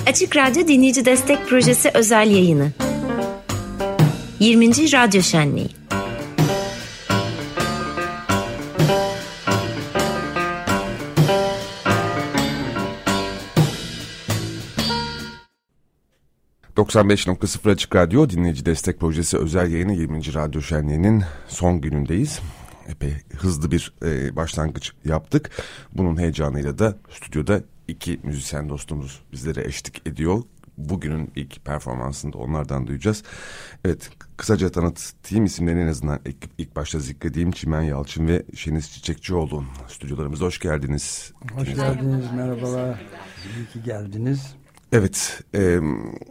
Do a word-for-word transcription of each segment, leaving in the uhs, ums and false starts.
Açık Radyo Dinleyici Destek Projesi özel yayını. yirminci Radyo Şenliği. doksan beş nokta sıfır Açık Radyo Dinleyici Destek Projesi özel yayını yirminci Radyo Şenliği'nin son günündeyiz. Epey hızlı bir e, başlangıç yaptık. Bunun heyecanıyla da stüdyoda iki müzisyen dostumuz bizlere eşlik ediyor. Bugünün ilk performansında onlardan duyacağız. Evet, kısaca tanıtayım isimlerini en azından ilk, ilk başta zikredeyim. Çimen Yalçın ve Şeniz Çiçekçioğlu stüdyolarımıza hoş geldiniz. Hoş geldiniz, merhabalar. İyi ki geldiniz. Evet, e,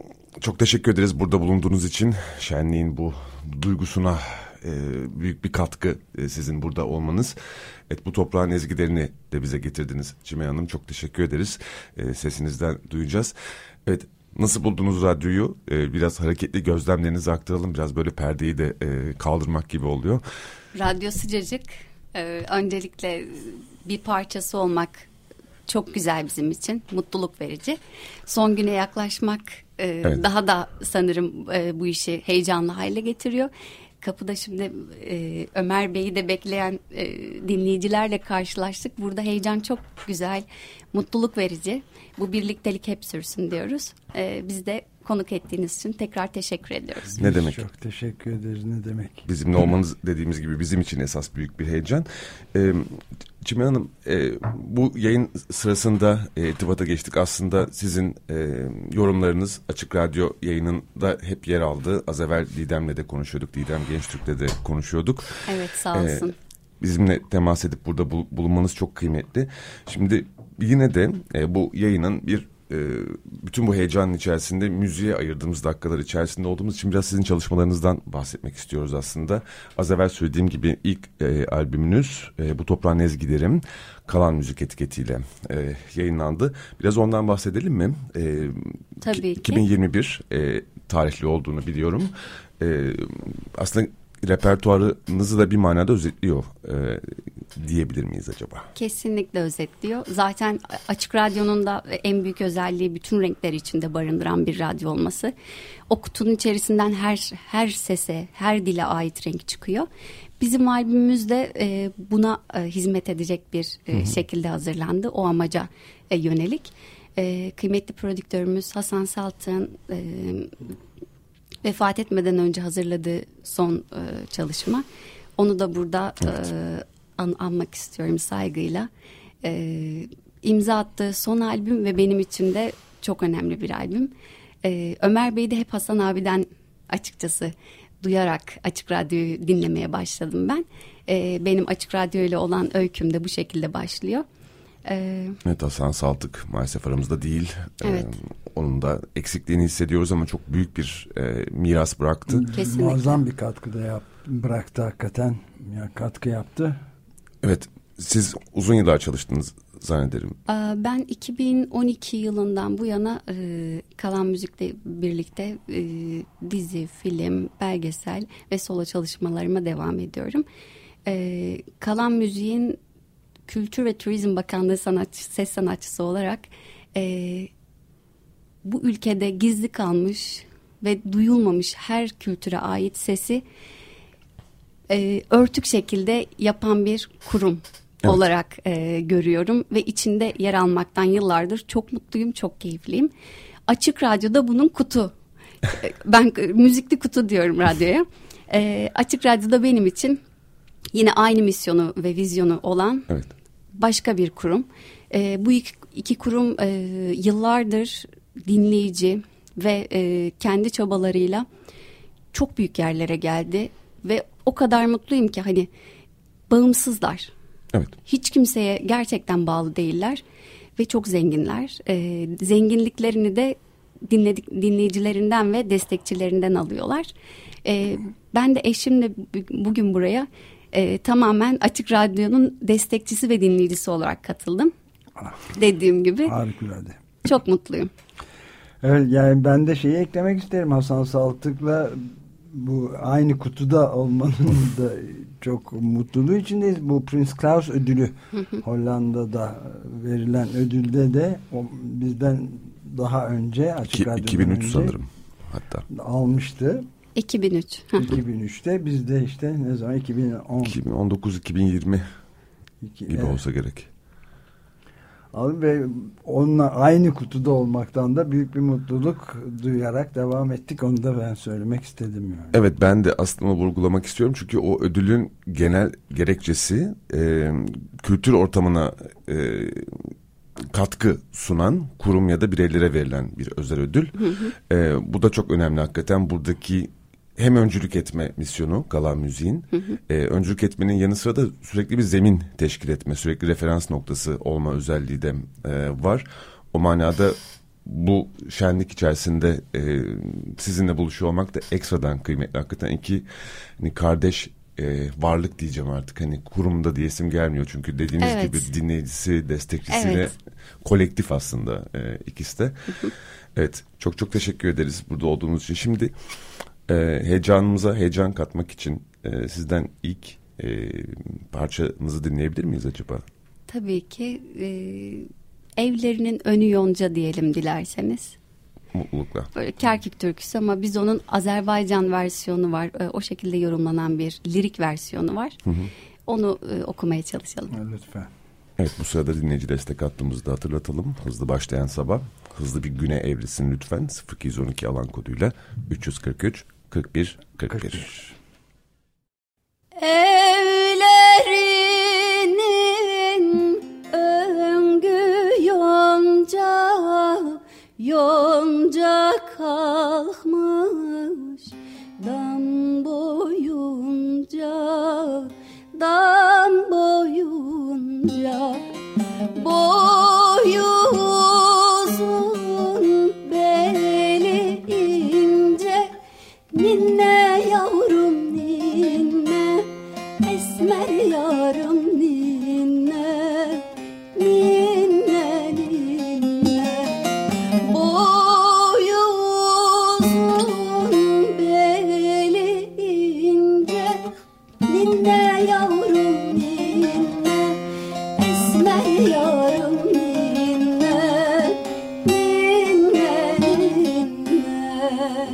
çok teşekkür ederiz burada bulunduğunuz için. Şenliğin bu duygusuna e, büyük bir katkı e, sizin burada olmanız. Evet, bu toprağın ezgilerini de bize getirdiniz Çimen Hanım. Çok teşekkür ederiz. E, sesinizden duyacağız. Evet, nasıl buldunuz radyoyu? E, biraz hareketli gözlemlerinizi aktaralım. Biraz böyle perdeyi de e, kaldırmak gibi oluyor. Radyo sıcacık. Ee, öncelikle bir parçası olmak çok güzel bizim için. Mutluluk verici. Son güne yaklaşmak e, evet. daha da sanırım e, bu işi heyecanlı hale getiriyor. Kapıda şimdi e, Ömer Bey'i de bekleyen e, dinleyicilerle karşılaştık. Burada heyecan çok güzel, mutluluk verici. Bu birliktelik hep sürsün diyoruz. E, biz de konuk ettiğiniz için tekrar teşekkür ediyoruz. Ne demek? Çok teşekkür ederiz. Ne demek? Bizimle olmanız dediğimiz gibi bizim için esas büyük bir heyecan. Ee, Çimen Hanım, e, bu yayın sırasında e, irtibata geçtik. Aslında sizin e, yorumlarınız Açık Radyo yayınında hep yer aldı. Az evvel Didem'le de konuşuyorduk. Didem Gençtürk'le de konuşuyorduk. Evet, sağ olsun. Ee, bizimle temas edip burada bul- bulunmanız çok kıymetli. Şimdi yine de e, bu yayının bir bütün bu heyecanın içerisinde müziğe ayırdığımız dakikalar içerisinde olduğumuz için biraz sizin çalışmalarınızdan bahsetmek istiyoruz aslında. Az evvel söylediğim gibi ilk e, albümünüz e, Bu Toprağın Ezgilerim Kalan Müzik etiketiyle e, yayınlandı. Biraz ondan bahsedelim mi? E, Tabii ki. iki bin yirmi bir e, tarihli olduğunu biliyorum. E, aslında repertuarınızı da bir manada özetliyor e, diyebilir miyiz acaba? Kesinlikle özetliyor. Zaten Açık Radyo'nun da en büyük özelliği bütün renkleri içinde barındıran bir radyo olması. O kutunun içerisinden her her sese, her dile ait renk çıkıyor. Bizim albümümüz de e, buna e, hizmet edecek bir e, şekilde hazırlandı. O amaca e, yönelik. E, kıymetli prodüktörümüz Hasan Salt'ın e, vefat etmeden önce hazırladığı son e, çalışma. Onu da burada evet. e, an, anmak istiyorum saygıyla. E, imza attığı son albüm ve benim için de çok önemli bir albüm. E, Ömer Bey'i de hep Hasan abiden açıkçası duyarak Açık Radyo'yu dinlemeye başladım ben. E, benim Açık Radyo ile olan öyküm de bu şekilde başlıyor. Ee, evet, Hasan Saltık maalesef aramızda değil. Evet. Ee, onun da eksikliğini hissediyoruz ama çok büyük bir e, miras bıraktı. Kesinlikle. Muazzam bir katkı da yap, bıraktı hakikaten. Ya, katkı yaptı. Evet, siz uzun yıllar çalıştınız zannederim. Ben iki bin on iki yılından bu yana e, Kalan Müzik'le birlikte e, dizi, film, belgesel ve solo çalışmalarıma devam ediyorum. E, Kalan Müzik'in Kültür ve Turizm Bakanlığı sanatçı, ses sanatçısı olarak e, bu ülkede gizli kalmış ve duyulmamış her kültüre ait sesi e, örtük şekilde yapan bir kurum evet. olarak e, görüyorum ve içinde yer almaktan yıllardır çok mutluyum, çok keyifliyim. Açık Radyo'da bunun kutu. Ben müzikli kutu diyorum radyoya. E, Açık Radyo'da benim için yine aynı misyonu ve vizyonu olan evet. başka bir kurum. E, bu iki, iki kurum e, yıllardır dinleyici ve e, kendi çabalarıyla çok büyük yerlere geldi ve o kadar mutluyum ki hani bağımsızlar. Evet. Hiç kimseye gerçekten bağlı değiller ve çok zenginler. E, zenginliklerini de dinledik, dinleyicilerinden ve destekçilerinden alıyorlar. E, ben de eşimle bugün buraya e, tamamen Açık Radyo'nun destekçisi ve dinleyicisi olarak katıldım. Ah, dediğim gibi. Harikulade. Çok mutluyum. Evet, yani ben de şeyi eklemek isterim. Hasan Saltık'la bu aynı kutuda olmanın da çok mutluluğu içindeyiz. Bu Prins Klaus ödülü Hollanda'da verilen ödülde de o, bizden daha önce Açık Radyo'dan iki bin üç önce sanırım hatta. Almıştı. iki bin üç. iki bin üçte biz de işte ne zaman iki bin on iki bin on dokuz iki bin yirmi iki, gibi evet. olsa gerek. Ve onunla aynı kutuda olmaktan da büyük bir mutluluk duyarak devam ettik. Onu da ben söylemek istedim yani. Evet, ben de aslında vurgulamak istiyorum. Çünkü o ödülün genel gerekçesi e, kültür ortamına e, katkı sunan kurum ya da bireylere verilen bir özel ödül. Hı hı. E, bu da çok önemli hakikaten. Buradaki hem öncülük etme misyonu Gala Müziğin, hı hı. E, öncülük etmenin yanı sıra da sürekli bir zemin teşkil etme, sürekli referans noktası olma özelliği de e, var. O manada bu şenlik içerisinde e, sizinle buluşuyor olmak da ekstradan kıymetli. Hakikaten iki hani kardeş e, varlık diyeceğim artık. Hani kurumda diyesim gelmiyor çünkü dediğiniz evet. gibi dinleyicisi, destekçisiyle evet. kolektif aslında e, ikisi de. Hı hı. Evet, çok çok teşekkür ederiz burada olduğunuz için. Şimdi e, heyecanımıza heyecan katmak için e, sizden ilk e, parçanızı dinleyebilir miyiz acaba? Tabii ki. E, evlerinin önü yonca diyelim dilerseniz. Mutlulukla. Böyle Kerkük türküsü ama biz onun Azerbaycan versiyonu var. E, o şekilde yorumlanan bir lirik versiyonu var. Hı hı. Onu e, okumaya çalışalım. Lütfen. Evet, bu sırada dinleyici destek hattımızı da hatırlatalım. Hızlı başlayan sabah, hızlı bir güne evrilsin lütfen. sıfır iki yüz on iki alan koduyla üç yüz kırk üç kırk bir kırk bir. Evlerinin öngü yonca, yonca kalkmış dam boyunca, dam boyunca, boyu uzun, beli ince, ninne yavrum ninne, esmer yarım ninne, ninne ninne, boyu uzun, beli ince, ninne yavrum ninne, esmer yarım ninne, ninne ninne.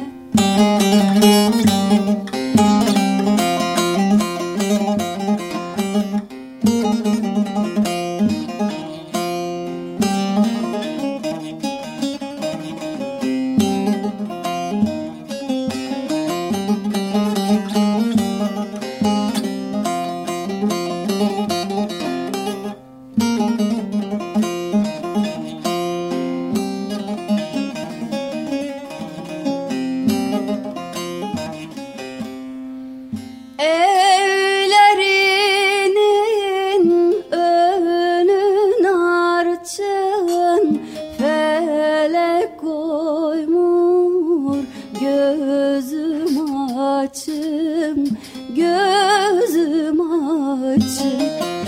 Evlerinin önün arçın, felek koymur gözüm açım, gözüm açım.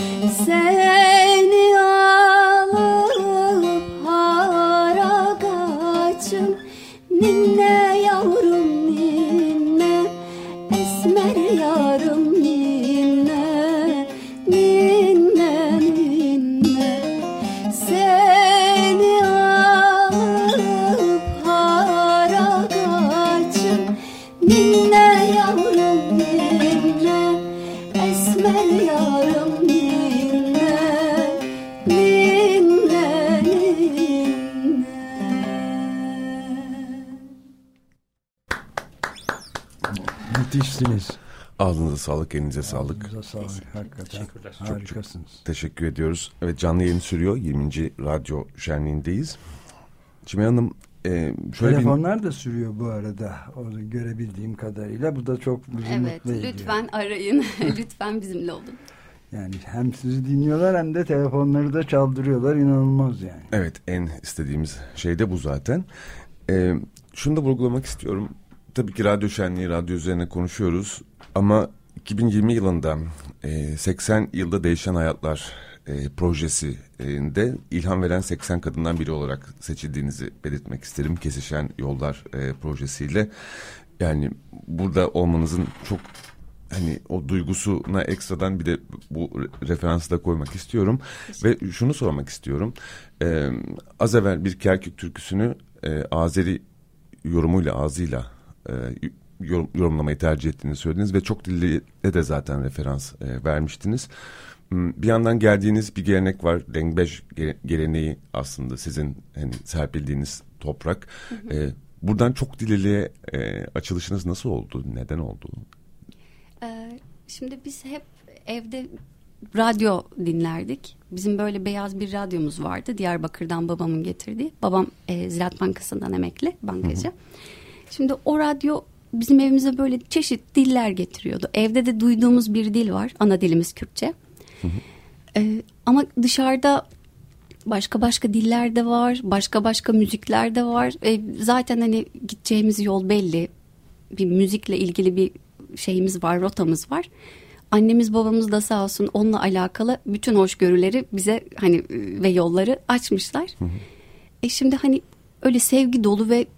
Seni alıp hara kaçım, ninne yavrum ninne, esmer yarım ninne, ninne ninne. Seni alıp hara kaçım, ninne yavrum ninne, esmer yarım ninne, ninne ninne. Müthişsiniz. Ağzınıza sağlık, elinize sağlık. Ağzınıza sağlık. Hakikaten harikasınız. Çok, çok teşekkür ediyoruz. Evet, canlı yayın sürüyor. yirminci radyo şenliğindeyiz. Çimen Hanım, e, şöyle telefonlar bir... da sürüyor bu arada. Onu görebildiğim kadarıyla. Bu da çok bizi Evet, mutlu ediyor. lütfen arayın. Lütfen bizimle olun. Yani hem sizi dinliyorlar hem de telefonları da çaldırıyorlar. İnanılmaz yani. Evet, en istediğimiz şey de bu zaten. E, şunu da vurgulamak istiyorum. Tabii ki radyo şenliği, radyo üzerine konuşuyoruz. Ama iki bin yirmi yılında e, seksen yılda değişen hayatlar e, projesinde ilham veren seksen kadından biri olarak seçildiğinizi belirtmek isterim. Kesişen Yollar e, projesiyle. Yani burada olmanızın çok hani o duygusuna ekstradan bir de bu referansı da koymak istiyorum. Ve şunu sormak istiyorum. Ee, az evvel bir Kerkük türküsünü e, Azeri yorumuyla, ağzıyla e, yorum, yorumlamayı tercih ettiğini söylediniz ve çok dilliye de zaten referans e, vermiştiniz. Bir yandan geldiğiniz bir gelenek var. Dengbej geleneği aslında sizin hani serpildiğiniz toprak. Hı hı. E, buradan çok dililiğe e, açılışınız nasıl oldu? Neden oldu? Ee, şimdi biz hep evde radyo dinlerdik. Bizim böyle beyaz bir radyomuz vardı. Diyarbakır'dan babamın getirdiği. Babam e, Ziraat Bankası'ndan emekli bankacı. Hı hı. Şimdi o radyo bizim evimize böyle çeşitli diller getiriyordu. Evde de duyduğumuz bir dil var. Ana dilimiz Kürtçe. Hı hı. Ee, ama dışarıda başka başka diller de var. Başka başka müzikler de var. Ee, zaten hani gideceğimiz yol belli. Bir müzikle ilgili bir şeyimiz var, rotamız var. Annemiz babamız da sağ olsun onunla alakalı bütün hoşgörüleri bize hani ve yolları açmışlar. Hı hı. E şimdi hani öyle sevgi dolu ve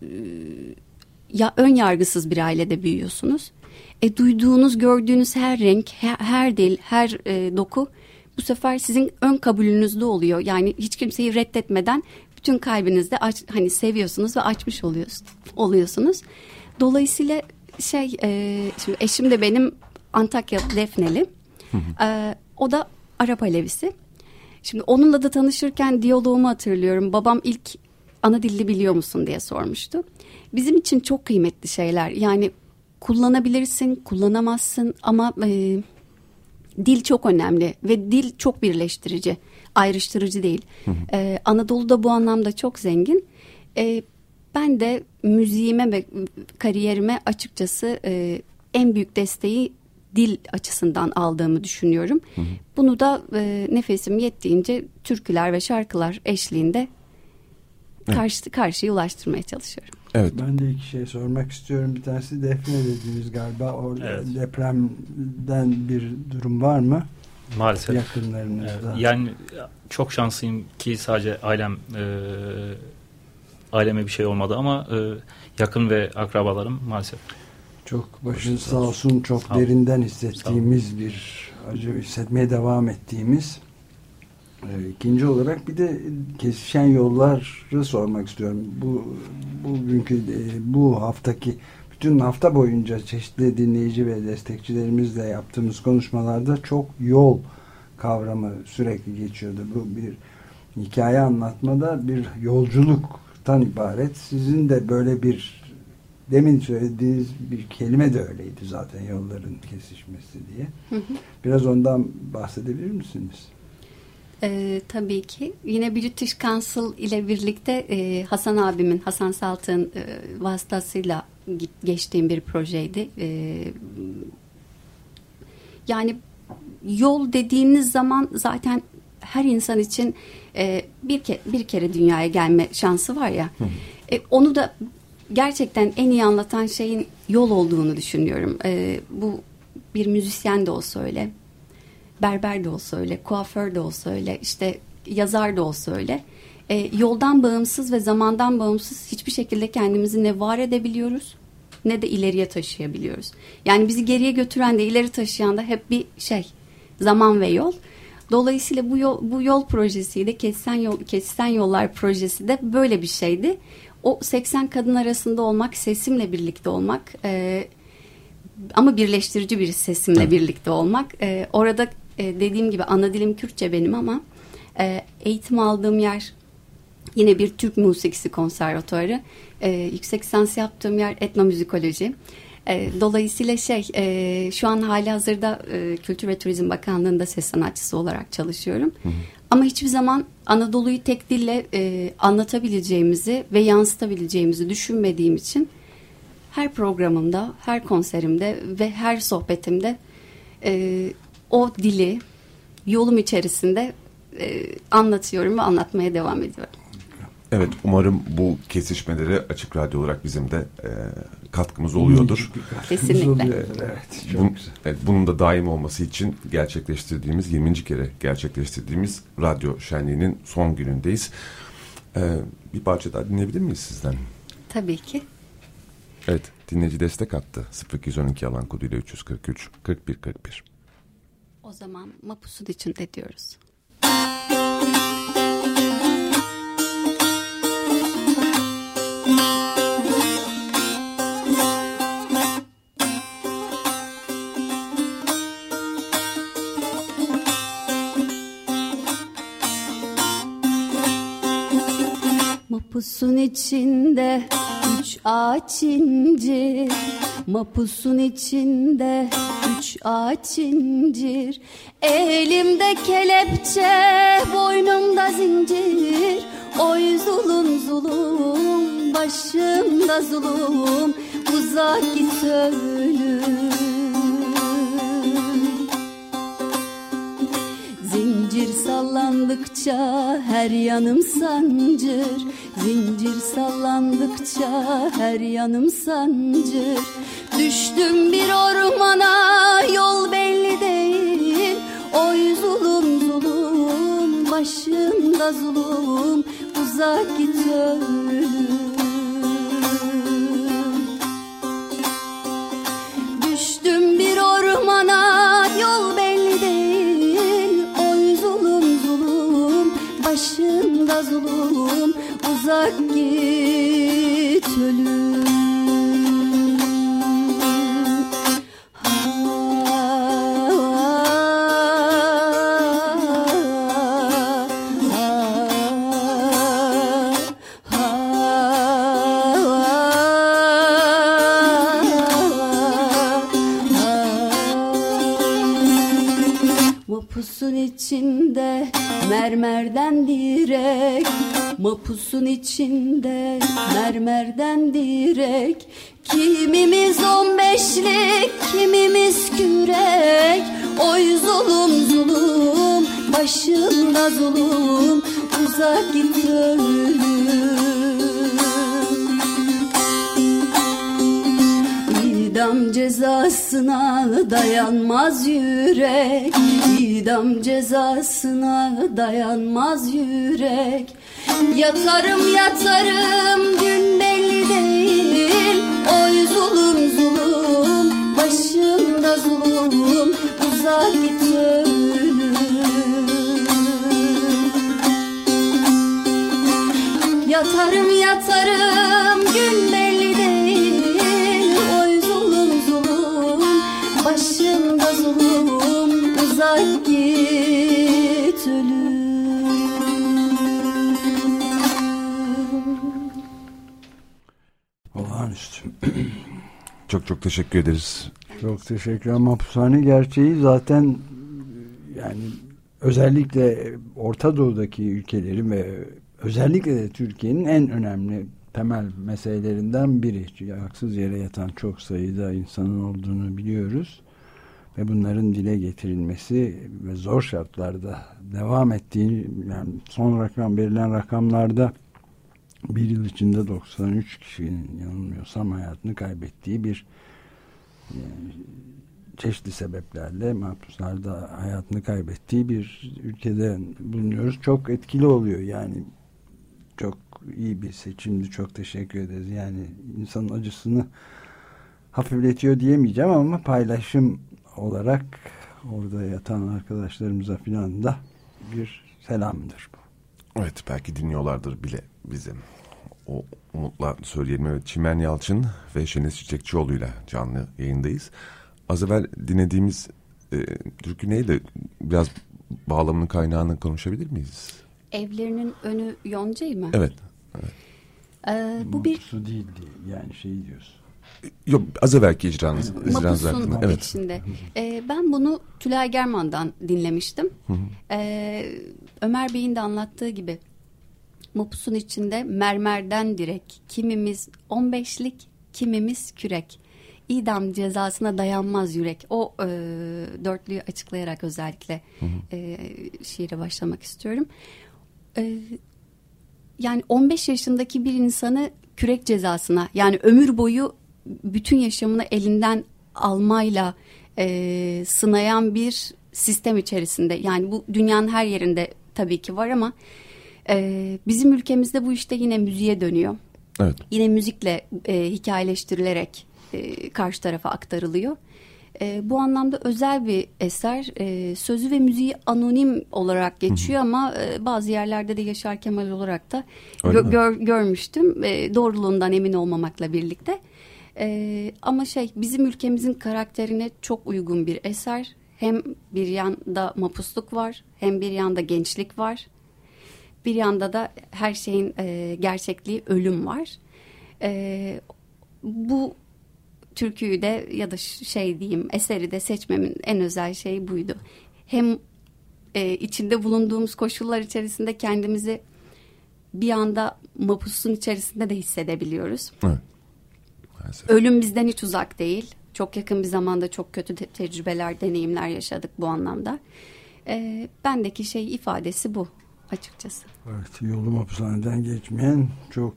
ya ön yargısız bir ailede büyüyorsunuz. E duyduğunuz, gördüğünüz her renk, her, her dil, her e, doku bu sefer sizin ön kabulünüzde oluyor. Yani hiç kimseyi reddetmeden bütün kalbinizde aç, hani seviyorsunuz ve açmış oluyorsunuz. oluyorsunuz. Dolayısıyla şey e, şimdi eşim de benim Antakya Defneli. Hı hı. E, o da Arap Alevisi. Şimdi onunla da tanışırken diyaloğumu hatırlıyorum. Babam ilk ana dilli biliyor musun diye sormuştu. Bizim için çok kıymetli şeyler. Yani kullanabilirsin, kullanamazsın ama e, dil çok önemli ve dil çok birleştirici, ayrıştırıcı değil. Hı hı. E, Anadolu'da bu anlamda çok zengin. E, ben de müziğime ve kariyerime açıkçası e, en büyük desteği dil açısından aldığımı düşünüyorum. Hı hı. Bunu da e, nefesim yettiğince türküler ve şarkılar eşliğinde karşı, evet. karşıya ulaştırmaya çalışıyorum. Evet. Ben de iki şey sormak istiyorum. Bir tanesi Defne dediğiniz galiba. Orada evet. Depremden bir durum var mı? Maalesef. Yakınlarınızda. Yani çok şanslıyım ki sadece ailem e, aileme bir şey olmadı ama e, yakın ve akrabalarım maalesef. Çok başınız sağ olsun. Çok sağ derinden hissettiğimiz bir acı, hissetmeye devam ettiğimiz. İkinci olarak bir de kesişen yolları sormak istiyorum. Bu bugünkü bu haftaki bütün hafta boyunca çeşitli dinleyici ve destekçilerimizle yaptığımız konuşmalarda çok yol kavramı sürekli geçiyordu. Bu bir hikaye anlatmada bir yolculuktan ibaret. Sizin de böyle bir demin söylediğiniz bir kelime de öyleydi zaten, yolların kesişmesi diye. Hı hı. Biraz ondan bahsedebilir misiniz? Ee, tabii ki. Yine British Council ile birlikte e, Hasan abimin, Hasan Saltık'ın e, vasıtasıyla geçtiğim bir projeydi. E, yani yol dediğiniz zaman zaten her insan için e, bir, ke bir kere dünyaya gelme şansı var ya. E, onu da gerçekten en iyi anlatan şeyin yol olduğunu düşünüyorum. E, bu bir müzisyen de olsa öyle. Berber de olsa öyle, kuaför de olsa öyle, işte yazar da olsa öyle. E, yoldan bağımsız ve zamandan bağımsız hiçbir şekilde kendimizi ne var edebiliyoruz ne de ileriye taşıyabiliyoruz. Yani bizi geriye götüren de ileri taşıyan da hep bir şey, zaman ve yol. Dolayısıyla bu yol, bu yol projesi de Kesişen Yol, Kesişen Yollar projesi de böyle bir şeydi. O seksen kadın arasında olmak, sesimle birlikte olmak, e, ama birleştirici bir sesimle evet. birlikte olmak. E, orada e, dediğim gibi ana dilim Kürtçe benim ama e, eğitim aldığım yer yine bir Türk Musikisi Konservatuarı. E, yüksek lisans yaptığım yer etnomüzikoloji. E, dolayısıyla şey e, şu an hali hazırda e, Kültür ve Turizm Bakanlığı'nda ses sanatçısı olarak çalışıyorum. Hı hı. Ama hiçbir zaman Anadolu'yu tek dille e, anlatabileceğimizi ve yansıtabileceğimizi düşünmediğim için her programımda, her konserimde ve her sohbetimde e, o dili yolum içerisinde e, anlatıyorum ve anlatmaya devam ediyorum. Evet, umarım bu kesişmeleri Açık Radyo olarak bizim de e, katkımız oluyordur. Kesinlikle. Evet, çok Bun, güzel. evet, bunun da daim olması için gerçekleştirdiğimiz, yirminci kere gerçekleştirdiğimiz radyo şenliğinin son günündeyiz. E, bir parça daha dinleyebilir miyiz sizden? Tabii ki. Evet, dinleyici destek attı. sıfır iki on iki alan koduyla üç yüz kırk üç kırk bir kırk bir. O zaman Mapus'un içinde diyoruz. Mapusun içinde üç ağaç incir, mapusun içinde üç ağaç incir. Elimde kelepçe, boynumda zincir. Oy zulüm zulüm, başımda zulüm. Uzak git ölüm. Zincir sallandıkça her yanım sancır. Zincir sallandıkça her yanım sancır. Düştüm bir ormana, yol belli değil. Oy zulüm zulüm, başımda zulüm. Uzak git ölüm. Düştüm bir ormana, yol belli değil. Oy zulüm zulüm, başımda zulüm. Uzak git ölüm. Mapusun içinde mermerden direk, mapusun içinde mermerden direk. Kimimiz on beşlik, kimimiz kürek. Oy zulüm zulüm, başımda zulüm. Uzak git ölüm. İdam cezasına dayanmaz yürek. İdam cezasına dayanmaz yürek. Yatarım yatarım gün belli değil. Oy zulüm zulüm, başımda zulüm. Uzak git ölüm. Yatarım yatarım gün belli değil. Oy zulüm zulüm, başımda zulüm. Uzak git ölüm. Olağanüstü. Çok çok teşekkür ederiz. Çok teşekkür ederim. Mapushane gerçeği zaten yani özellikle Orta Doğu'daki ülkelerin ve özellikle de Türkiye'nin en önemli temel meselelerinden biri. Çünkü haksız yere yatan çok sayıda insanın olduğunu biliyoruz. Ve bunların dile getirilmesi ve zor şartlarda devam ettiği, yani son rakam verilen rakamlarda bir yıl içinde doksan üç kişinin yanılmıyorsam hayatını kaybettiği bir, yani çeşitli sebeplerle mahpuslarda hayatını kaybettiği bir ülkede bulunuyoruz. Çok etkili oluyor yani. Çok iyi bir seçimdi. Çok teşekkür ederiz. Yani insanın acısını hafifletiyor diyemeyeceğim ama paylaşım olarak orada yatan arkadaşlarımıza filan da bir selamdır bu. Evet, belki dinliyorlardır bile bizi. O umutla söyleyelim. Evet, Çimen Yalçın ve Şeniz Çiçekçioğlu'yla canlı yayındayız. Az evvel dinlediğimiz e, türkü neydi? Biraz bağlamının kaynağını konuşabilir miyiz? Evlerinin önü yoncayı mı? Evet. evet. Ee, bu bir su değildi yani şey diyorsun. Yok, az evvelki icranız. Mapusun evet. içinde. Ee, ben bunu Tülay German'dan dinlemiştim. Hı hı. Ee, Ömer Bey'in de anlattığı gibi Mapusun içinde mermerden direk. Kimimiz on beşlik, kimimiz kürek. İdam cezasına dayanmaz yürek. O e, dörtlüyü açıklayarak özellikle hı hı. E, şiire başlamak istiyorum. E, yani on beş yaşındaki bir insanı kürek cezasına, yani ömür boyu bütün yaşamını elinden almayla e, sınayan bir sistem içerisinde. Yani bu dünyanın her yerinde tabii ki var ama e, bizim ülkemizde bu işte yine müziğe dönüyor. Evet. Yine müzikle e, hikayeleştirilerek e, karşı tarafa aktarılıyor. E, bu anlamda özel bir eser. E, sözü ve müziği anonim olarak geçiyor, hı hı. ama e, bazı yerlerde de Yaşar Kemal olarak da gö- gör, görmüştüm. E, doğruluğundan emin olmamakla birlikte. E, ama şey, bizim ülkemizin karakterine çok uygun bir eser. Hem bir yanda mapusluk var, hem bir yanda gençlik var. Bir yanda da her şeyin e, gerçekliği, ölüm var. E, bu türküyü de ya da şey diyeyim, eseri de seçmemin en özel şeyi buydu. Hem e, içinde bulunduğumuz koşullar içerisinde kendimizi bir anda mapusun içerisinde de hissedebiliyoruz. Evet. Ölüm bizden hiç uzak değil. Çok yakın bir zamanda çok kötü te- tecrübeler, deneyimler yaşadık bu anlamda. E, bendeki şey ifadesi bu açıkçası. Evet, yolu hapishaneden geçmeyen çok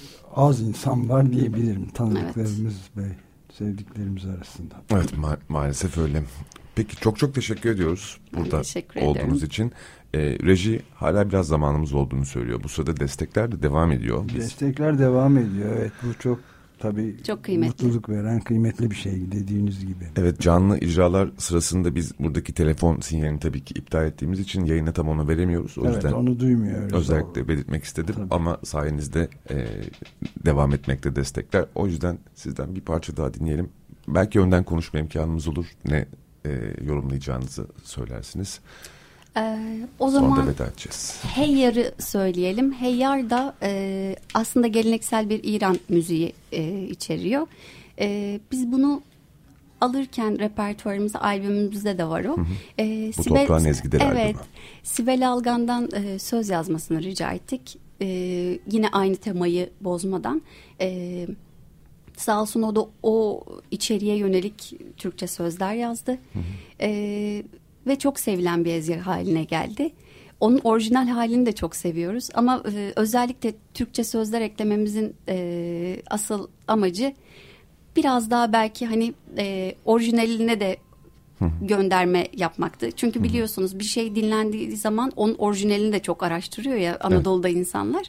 az insan var diyebilirim. Tanıdıklarımız evet. ve sevdiklerimiz arasında. Evet, ma- maalesef öyle. Peki çok çok teşekkür ediyoruz burada teşekkür olduğunuz ederim. için. Ee, reji hala biraz zamanımız olduğunu söylüyor. Bu sırada destekler de devam ediyor. Biz... Destekler devam ediyor. Evet, bu çok tabii çok kıymetli. Mutluluk veren kıymetli bir şey dediğiniz gibi. Evet, canlı icralar sırasında biz buradaki telefon sinyalini tabii ki iptal ettiğimiz için yayına tam onu veremiyoruz. O evet, yüzden onu duymuyoruz. özellikle o... belirtmek istedim. Tabii. Ama sayenizde e, devam etmekte destekler. O yüzden sizden bir parça daha dinleyelim. Belki önden konuşma imkanımız olur. Ne e, yorumlayacağınızı söylersiniz. Ee, o Sonra zaman da veda edeceğiz. Heyyar'ı söyleyelim. Heyyar da e, aslında geleneksel bir İran müziği e, içeriyor. E, biz bunu alırken repertuarımızda, albümümüzde de var o. Hı hı. E, Bu Sibel, Toprağın Ezgileri evet, albümü. Sibel Algan'dan e, söz yazmasını rica ettik. E, yine aynı temayı bozmadan. E, sağ olsun o da o içeriğe yönelik Türkçe sözler yazdı. Hı hı. E, Ve çok sevilen bir ezgi haline geldi. Onun orijinal halini de çok seviyoruz. Ama e, özellikle Türkçe sözler eklememizin e, asıl amacı biraz daha belki hani e, orijinaline de gönderme yapmaktı. Çünkü biliyorsunuz bir şey dinlendiği zaman onun orijinalini de çok araştırıyor ya Anadolu'da evet. insanlar.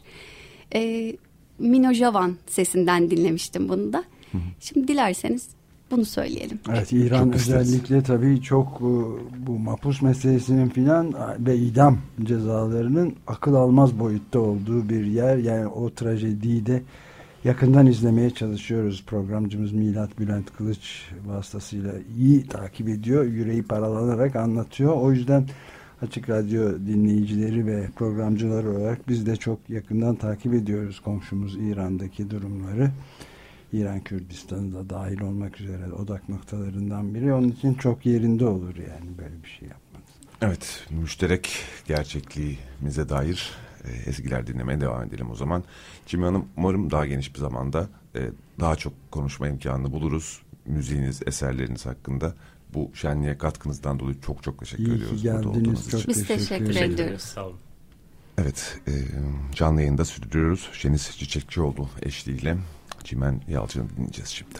E, Mino Javan sesinden dinlemiştim bunu da. Şimdi dilerseniz bunu söyleyelim. Evet, İran çok özellikle tabii çok bu mahpus meselesinin filan ve idam cezalarının akıl almaz boyutta olduğu bir yer. Yani o trajediyi de yakından izlemeye çalışıyoruz. Programcımız Milat Bülent Kılıç vasıtasıyla iyi takip ediyor. Yüreği paralanarak anlatıyor. O yüzden Açık Radyo dinleyicileri ve programcılar olarak biz de çok yakından takip ediyoruz komşumuz İran'daki durumları. İran Kürdistan'ı da dahil olmak üzere odak noktalarından biri. Onun için çok yerinde olur yani böyle bir şey yapmak. Evet, müşterek gerçekliğimize dair e, ezgiler dinlemeye devam edelim o zaman. Cemile Hanım, umarım daha geniş bir zamanda e, daha çok konuşma imkanı buluruz. Müziğiniz, eserleriniz hakkında. Bu şenliğe katkınızdan dolayı çok çok teşekkür İyi ediyoruz. ki geldiniz. Çok Biz teşekkür, teşekkür ediyoruz. Sağ olun. Evet, e, canlı yayında sürdürüyoruz. Şeniz Çiçekçioğlu eşliğiyle Çimen Yalçın'ı dinleyeceğiz şimdi.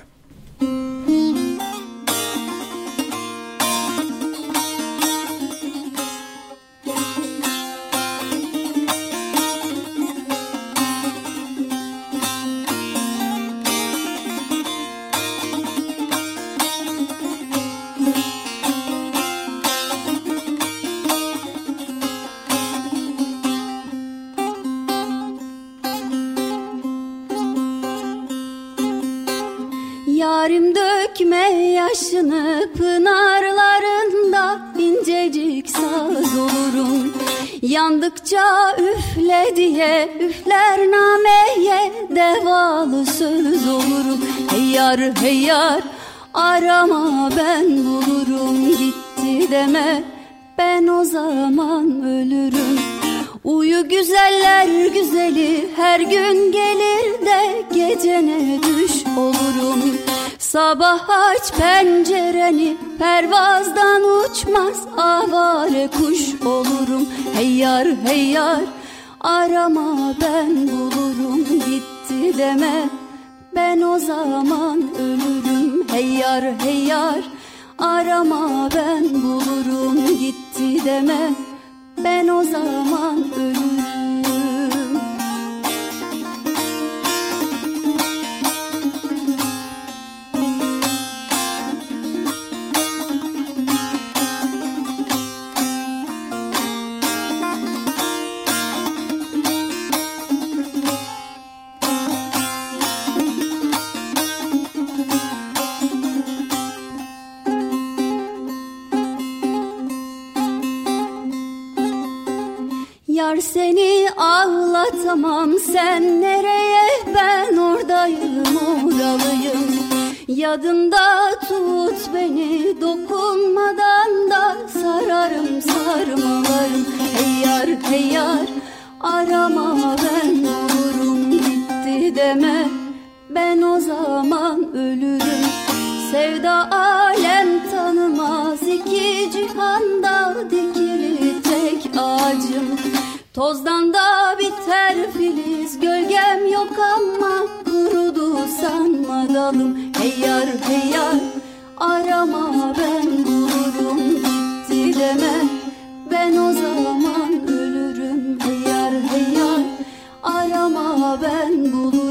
Yarim dökme yaşını pınarlarında incecik saz olurum. Yandıkça üfle diye üfler nameye devalı söz olurum. Hey yar hey yar arama ben bulurum. Gitti deme ben o zaman ölürüm. Uyu güzeller güzeli her gün gelir de gecene düş olurum. Sabah aç pencereni pervazdan uçmaz avare kuş olurum. Hey yar hey yar arama ben bulurum. Gitti deme ben o zaman ölürüm. Hey yar hey yar arama ben bulurum. Gitti deme ben o zaman ölürüm. yar seni ağlatamam, sen nereye ben oradayım oralıyım. Yadında tut beni, dokunmadan da sararım sarmalarım. Hey yar hey yar arama, ben olurum gitti deme, ben o zaman ölürüm. Sevda alem tanımaz, iki cihanda dikili tek ağacım. Tozdan da biter filiz, gölgem yok ama kurudu sanma dalım. Hey yar hey yar arama, ben bulurum gitti deme, ben o zaman ölürüm. Hey yar hey yar arama, ben bulurum